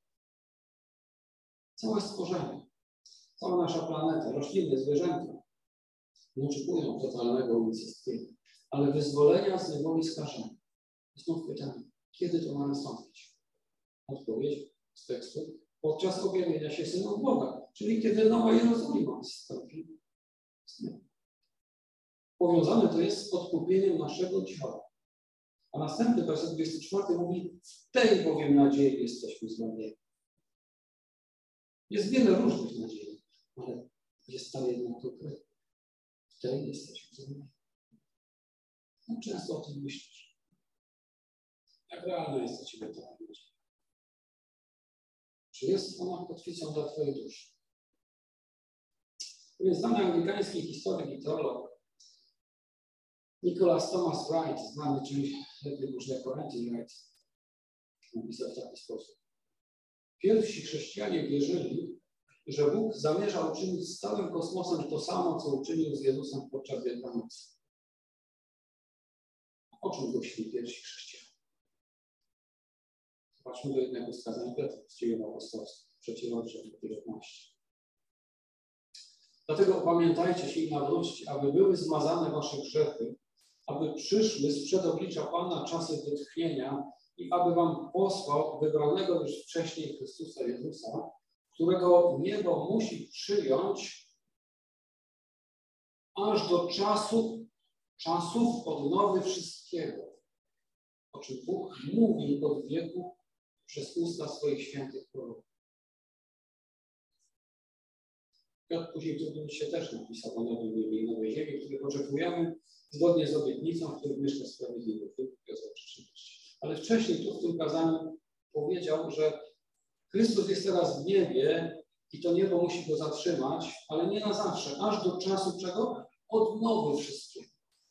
Całe stworzenie, cała nasza planeta, rośliny, zwierzęta nie oczekują totalnego unicestwienia, ale wyzwolenia z niewoli skażenia. Znów pytanie, kiedy to ma nastąpić? Odpowiedź z tekstu: podczas objawienia się synów Boga, czyli kiedy Nowa Jerozolima nastąpi. Powiązane to jest z odkupieniem naszego ciała. A następny werset dwudziesty czwarty mówi: w tej bowiem nadziei jesteśmy zbawieni. Jest wiele różnych nadziei, ale jest ta jedna konkretna. W tej jesteśmy zbawieni. No, często o tym myślisz. Jak realna jest dla Ciebie ta nadzieja? Czy jest ona kotwicą dla Twojej duszy? To jest znany anglikański historyk i teolog Nicholas Thomas Wright, znany czymś lepiej może jako Anti-Wright, napisał w taki sposób. Pierwsi chrześcijanie wierzyli, że Bóg zamierza uczynić z całym kosmosem to samo, co uczynił z Jezusem podczas Wielkanocy. O czym głosili pierwsi chrześcijanie? Zobaczmy do jednego z kazań Petra z dzieł apostolskich, trzeci rozdział, dziewiętnaście. Dlatego opamiętajcie się i nawróćcie, aby były zmazane wasze grzechy, aby przyszły sprzed oblicza Pana czasy wytchnienia i aby wam posłał wybranego już wcześniej Chrystusa Jezusa, którego niebo musi przyjąć aż do czasu, czasów odnowy wszystkiego, o czym Bóg mówi od wieku przez usta swoich świętych proroków. Piotr później w drugim liście też napisał o nowym niebie i nowej ziemi, których oczekujemy zgodnie z obietnicą, w którym mieszka sprawiedliwy. Ale wcześniej tu w tym kazaniu powiedział, że Chrystus jest teraz w niebie i to niebo musi go zatrzymać, ale nie na zawsze, aż do czasu czego? Odnowy wszystkiego.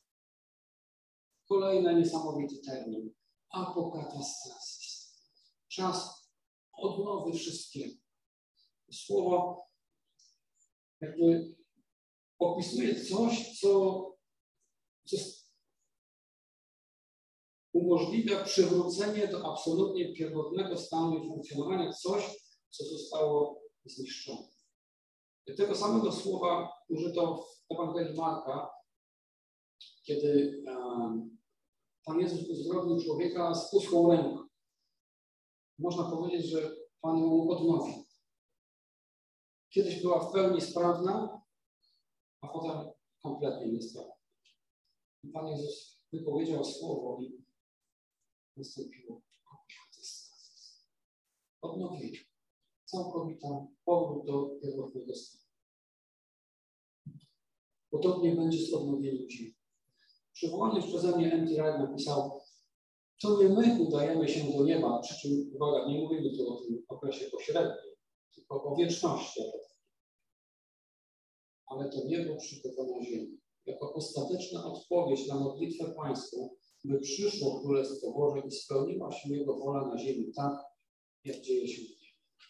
Kolejny niesamowity termin. Apokatastasis. Czas odnowy wszystkiego. Słowo jakby opisuje coś, co, co umożliwia przywrócenie do absolutnie pierwotnego stanu i funkcjonowania coś, co zostało zniszczone. Tego samego słowa użyto w Ewangelii Marka, kiedy um, Pan Jezus uzdrowił człowieka z puschłą ręką. Można powiedzieć, że Pan ją odnowił. Kiedyś była w pełni sprawna, a potem kompletnie niesprawna. I Pan Jezus wypowiedział słowo i nastąpiło odnowienie. Całkowita powrót do pierwotnego stanu. Podobnie będzie z odnowieniem ziemi. Przywołany przeze mnie M T Wright napisał: to nie my udajemy się do nieba, przy czym, uwaga, nie mówimy tu o tym okresie pośrednim, tylko o wieczności. Ale to niebo przygoda na ziemi. Jako ostateczna odpowiedź na modlitwę Pańską, by przyszło Królestwo Boże i spełniła się Jego wola na ziemi tak, jak dzieje się w niebie.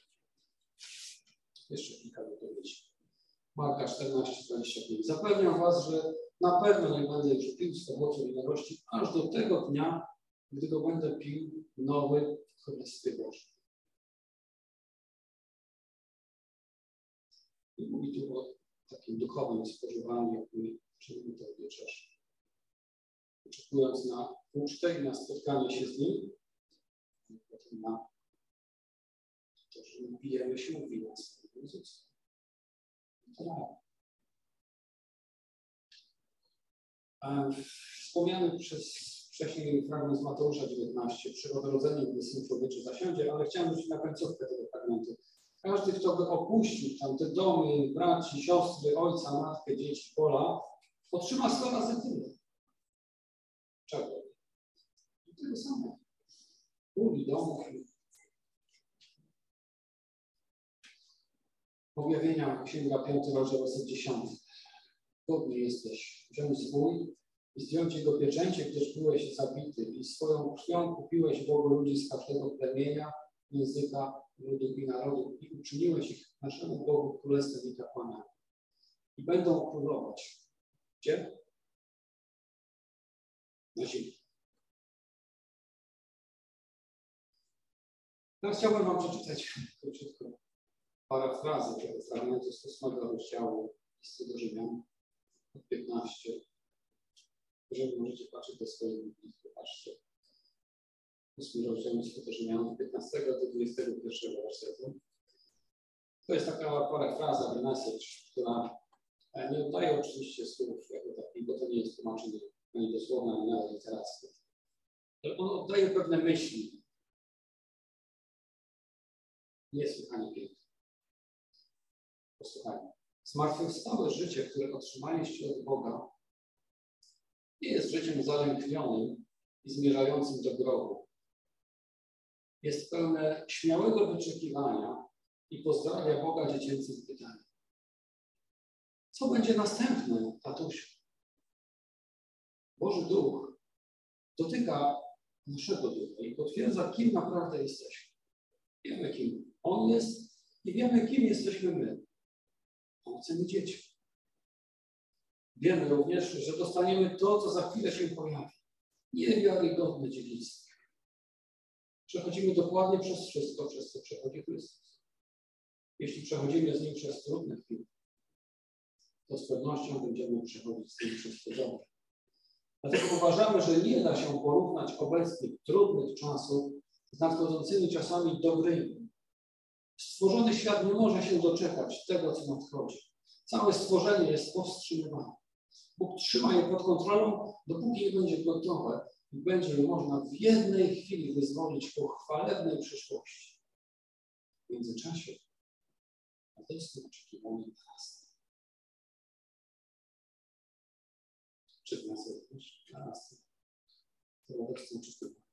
Jeszcze kilka wypowiedzi. Marka czternaście, dwadzieścia pięć. Zapewniam was, że na pewno nie będę już pił z owocu winorośli aż do tego dnia, gdy go będę pił nowy w Królestwie Bożym. I mówi tu o takim duchowym spożywaniu, jak my czynimy to wieczerze. Oczekując na ucztę i na spotkanie się z Nim, i potem na to, że napijemy się wina swojego Jezusa. Wspomniany przez wcześniej fragment z Mateusza dziewiętnaście, przy odrodzeniu, gdy Syn Człowieczy zasiądzie, ale chciałem wrócić na końcówkę tego fragmentu. Każdy, kto by opuścił tamte domy, braci, siostry, ojca, matkę, dzieci, pola, otrzyma sto razy tyle. Czego? Tego samego. Uli, domów. Objawienia, Księga piąty, rozdział werset dziesiąty. Godny jesteś wziąć zwój i zdjąć jego pieczęcie, gdyż byłeś zabity i swoją krwią kupiłeś Bogu ludzi z każdego plemienia, języka, ludu i narodu i uczyniłeś ich naszemu Bogu królestwem i kapłanami. I będą królować. Gdzie? Na ziemi. Teraz chciałbym wam przeczytać króciutko parafrazę tego fragmentu z ósmego rozdziału listu do Rzymian, od piętnaście. Jeżeli możecie patrzeć do swojej Biblii, popatrzcie. Ósmy rozdział listu do Rzymian, od piętnastego do dwudziestego pierwszego wersetu. To jest taka parafraza, the message, która nie oddaje oczywiście słów jako takich, bo to nie jest tłumaczenie ani dosłowne, ani nawet literackie. Ale on oddaje pewne myśli. Niesłychanie piękne. Posłuchajmy. Zmartwychwstałe życie, które otrzymaliście od Boga, nie jest życiem zalęknionym i zmierzającym do grobu. Jest pełne śmiałego wyczekiwania i pozdrawia Boga dziecięcym pytaniem. Co będzie następne, tatusiu? Boży Duch dotyka naszego ducha i potwierdza, kim naprawdę jesteśmy. Wiemy, kim On jest i wiemy, kim jesteśmy my. On chcemy dzieci. Wiemy również, że dostaniemy to, co za chwilę się pojawi. Niewiarygodne dziedzictwo. Przechodzimy dokładnie przez wszystko, przez co przechodzi Chrystus. Jeśli przechodzimy z Nim przez trudne chwile, to z pewnością będziemy przechodzić z Nim przez te dobre. Dlatego uważamy, że nie da się porównać obecnych trudnych czasów z nadchodzącymi czasami dobrymi. Stworzony świat nie może się doczekać tego, co nadchodzi. Całe stworzenie jest powstrzymywane. Bóg trzyma je pod kontrolą, dopóki nie będzie gotowe i będzie je można w jednej chwili wyzwolić ku chwalebnej przyszłości. W międzyczasie radosne oczekiwanie narasta. Czy w nas również narasta? To radosne oczekiwanie.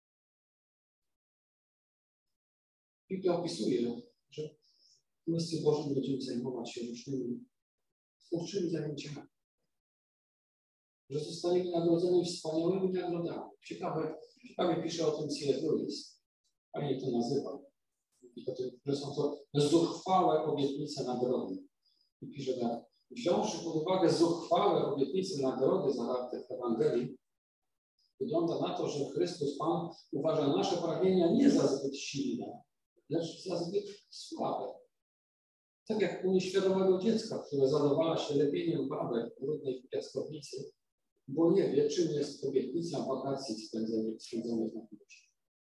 Biblia opisuje, że w Królestwie Bożym będziemy zajmować się różnymi twórczymi zajęciami. Że zostaniemy nagrodzeni wspaniałymi nagrodami. Ciekawe, ciekawie pisze o tym C S Lewis. Fajnie to nazywa. I o tym, że są to zuchwałe obietnice nagrody. I pisze tak. Wziąwszy pod uwagę zuchwałe obietnice nagrody zawarte w Ewangelii, wygląda na to, że Chrystus Pan uważa nasze pragnienia nie za zbyt silne, lecz za zbyt słabe. Tak jak u nieświadomego dziecka, które zadowala się lepieniem babek w brudnej piaskownicy, bo nie wie, czym jest obietnica wakacji spędzonych na górze.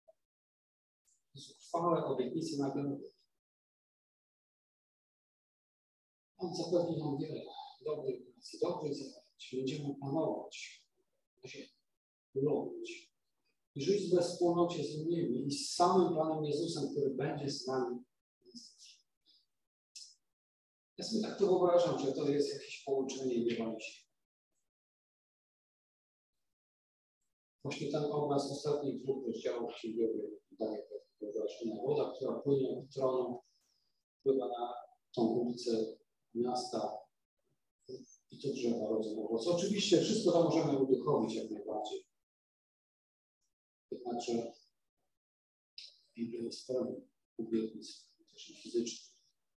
Zuchwałe obietnice nagrody. On zapewni nam wiele dobrych pracy, dobrych zadań. Będziemy panować na ziemi, królować i żyć we wspólnocie z innymi i z samym Panem Jezusem, który będzie z nami. Ja sobie tak to wyobrażam, że to jest jakieś połączenie nieba i ziemi. Właśnie ten obraz ostatnich dwóch rozdziałów księgowych daje takie wyobrażenie. Woda, która płynie od tronu, wpływa na tą ulicę miasta i to drzewa rodzą owoce. Oczywiście wszystko to możemy uduchowić jak najbardziej. Jednakże Biblia jest pełna obietnic, też i fizycznych.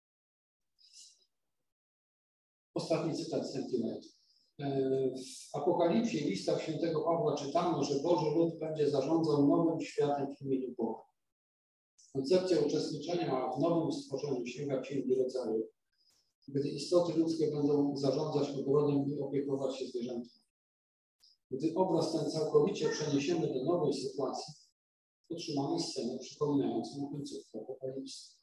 Ostatni cytat z Sentymentu. W Apokalipsie i listach świętego Pawła czytamy, że Boży lud będzie zarządzał nowym światem w imieniu Boga. Koncepcja uczestniczenia w nowym stworzeniu sięga Księgi Rodzaju, gdy istoty ludzkie będą zarządzać ogrodem i opiekować się zwierzętami. Gdy obraz ten całkowicie przeniesiemy do nowej sytuacji, otrzymamy scenę przypominającą końcówkę Apokalipsy.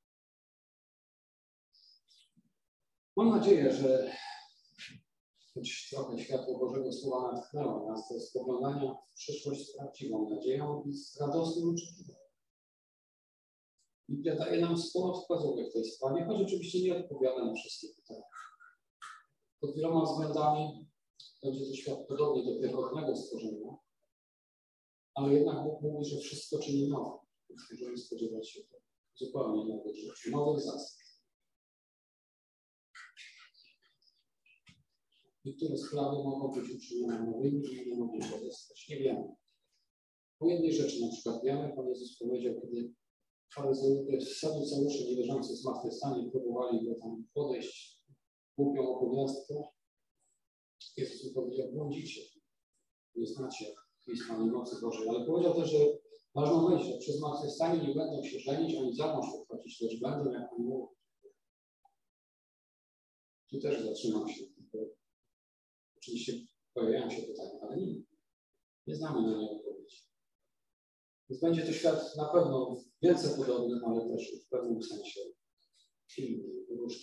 Mam nadzieję, że choć trochę światło Bożego Słowa natchnęło nas do spoglądania w przyszłość z prawdziwą nadzieją i z radosnym oczekiwaniem. Biblia daje nam sporo wskazówek w tej sprawie, choć oczywiście nie odpowiada na wszystkie pytania. Pod wieloma względami będzie to świat podobny do pierwotnego stworzenia, ale jednak Bóg mówi, że wszystko czyni nowe, więc możemy spodziewać się zupełnie nowych rzeczy, nowych zasad. Niektóre sprawy mogą być uczynione nowymi i nie mogą się zostać. Nie wiemy. Po jednej rzeczy na przykład wiemy, Pan Jezus powiedział, kiedy Saduceusze niewierzący w zmartwychwstanie próbowali go tam podejść, głupią opowiastkę. Jezus powiedział, błądzicie, nie znacie Pisma ani mocy Bożej, ale powiedział też, że ważną myśl, że przez zmartwychwstanie nie będą się żenić, ani za mąż wychodzić, lecz będą jak Pan mówi. Tu też zatrzymam się. Oczywiście pojawiają się pytania, ale nie, nie znamy na nie odpowiedzi. Więc będzie to świat na pewno wielce podobny, ale też w pewnym sensie inny, różny.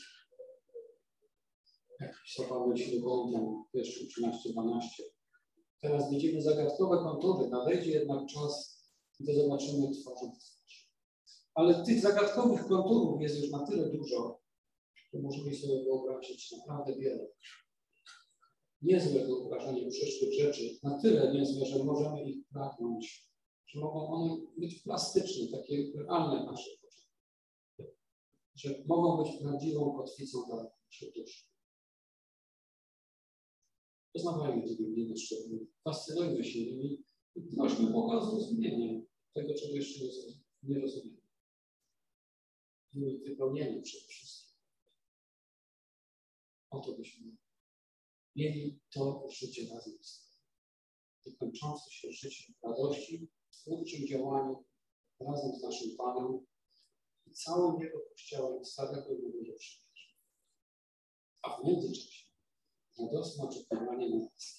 Jak pisał myśli Gołębian, pierwszy trzynaście dwanaście. Teraz widzimy zagadkowe kontury, nadejdzie jednak czas, gdy zobaczymy twarzą w twarz. Ale tych zagadkowych konturów jest już na tyle dużo, że możemy sobie wyobrazić naprawdę wiele. Niezłe wyobrażenie przyszłych rzeczy, na tyle niezłe, że możemy ich pragnąć, że mogą one być plastyczne, takie realne nasze potrzeby, że mogą być prawdziwą kotwicą dla naszej duszy. Poznawajmy te biblijne szczegóły, fascynujmy się nimi i prośmy Boga o zrozumienie tego, czego jeszcze nie rozumiemy. I wypełnienie przede wszystkim. O to byśmy mieli to życie razem z Bogiem. Kończące się życie w radości, w twórczym działaniu razem z naszym Panem i całym Jego Kościołem Starego i Nowego Przymierza. A w międzyczasie radosne oczekiwanie na nas.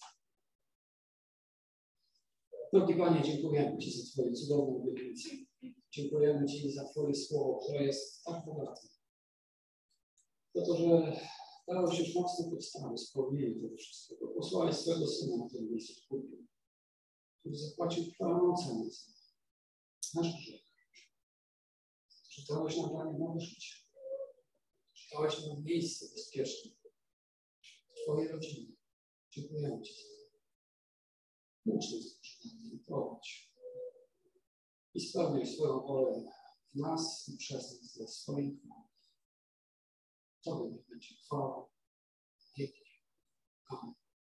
Drogi Panie, dziękujemy Ci za Twoje cudowne obietnice. Dziękujemy Ci za Twoje słowo, które jest tak bogate. Za to, że dałeś już mocno podstawy, spełnienie tego wszystkiego. Posłałeś swojego Syna, który nas odkupił, który zapłacił pełną cenę za nasz grzech. Że dałeś nam, Panie, nowe życie. Że dałeś nam miejsce bezpieczne w Twojej rodzinie. Dziękujemy Ci za to. Ucz nas, Boże, prowadź. I spełniaj swoją wolę w nas i przez nas dla swoich chwał. Tobie będzie chwała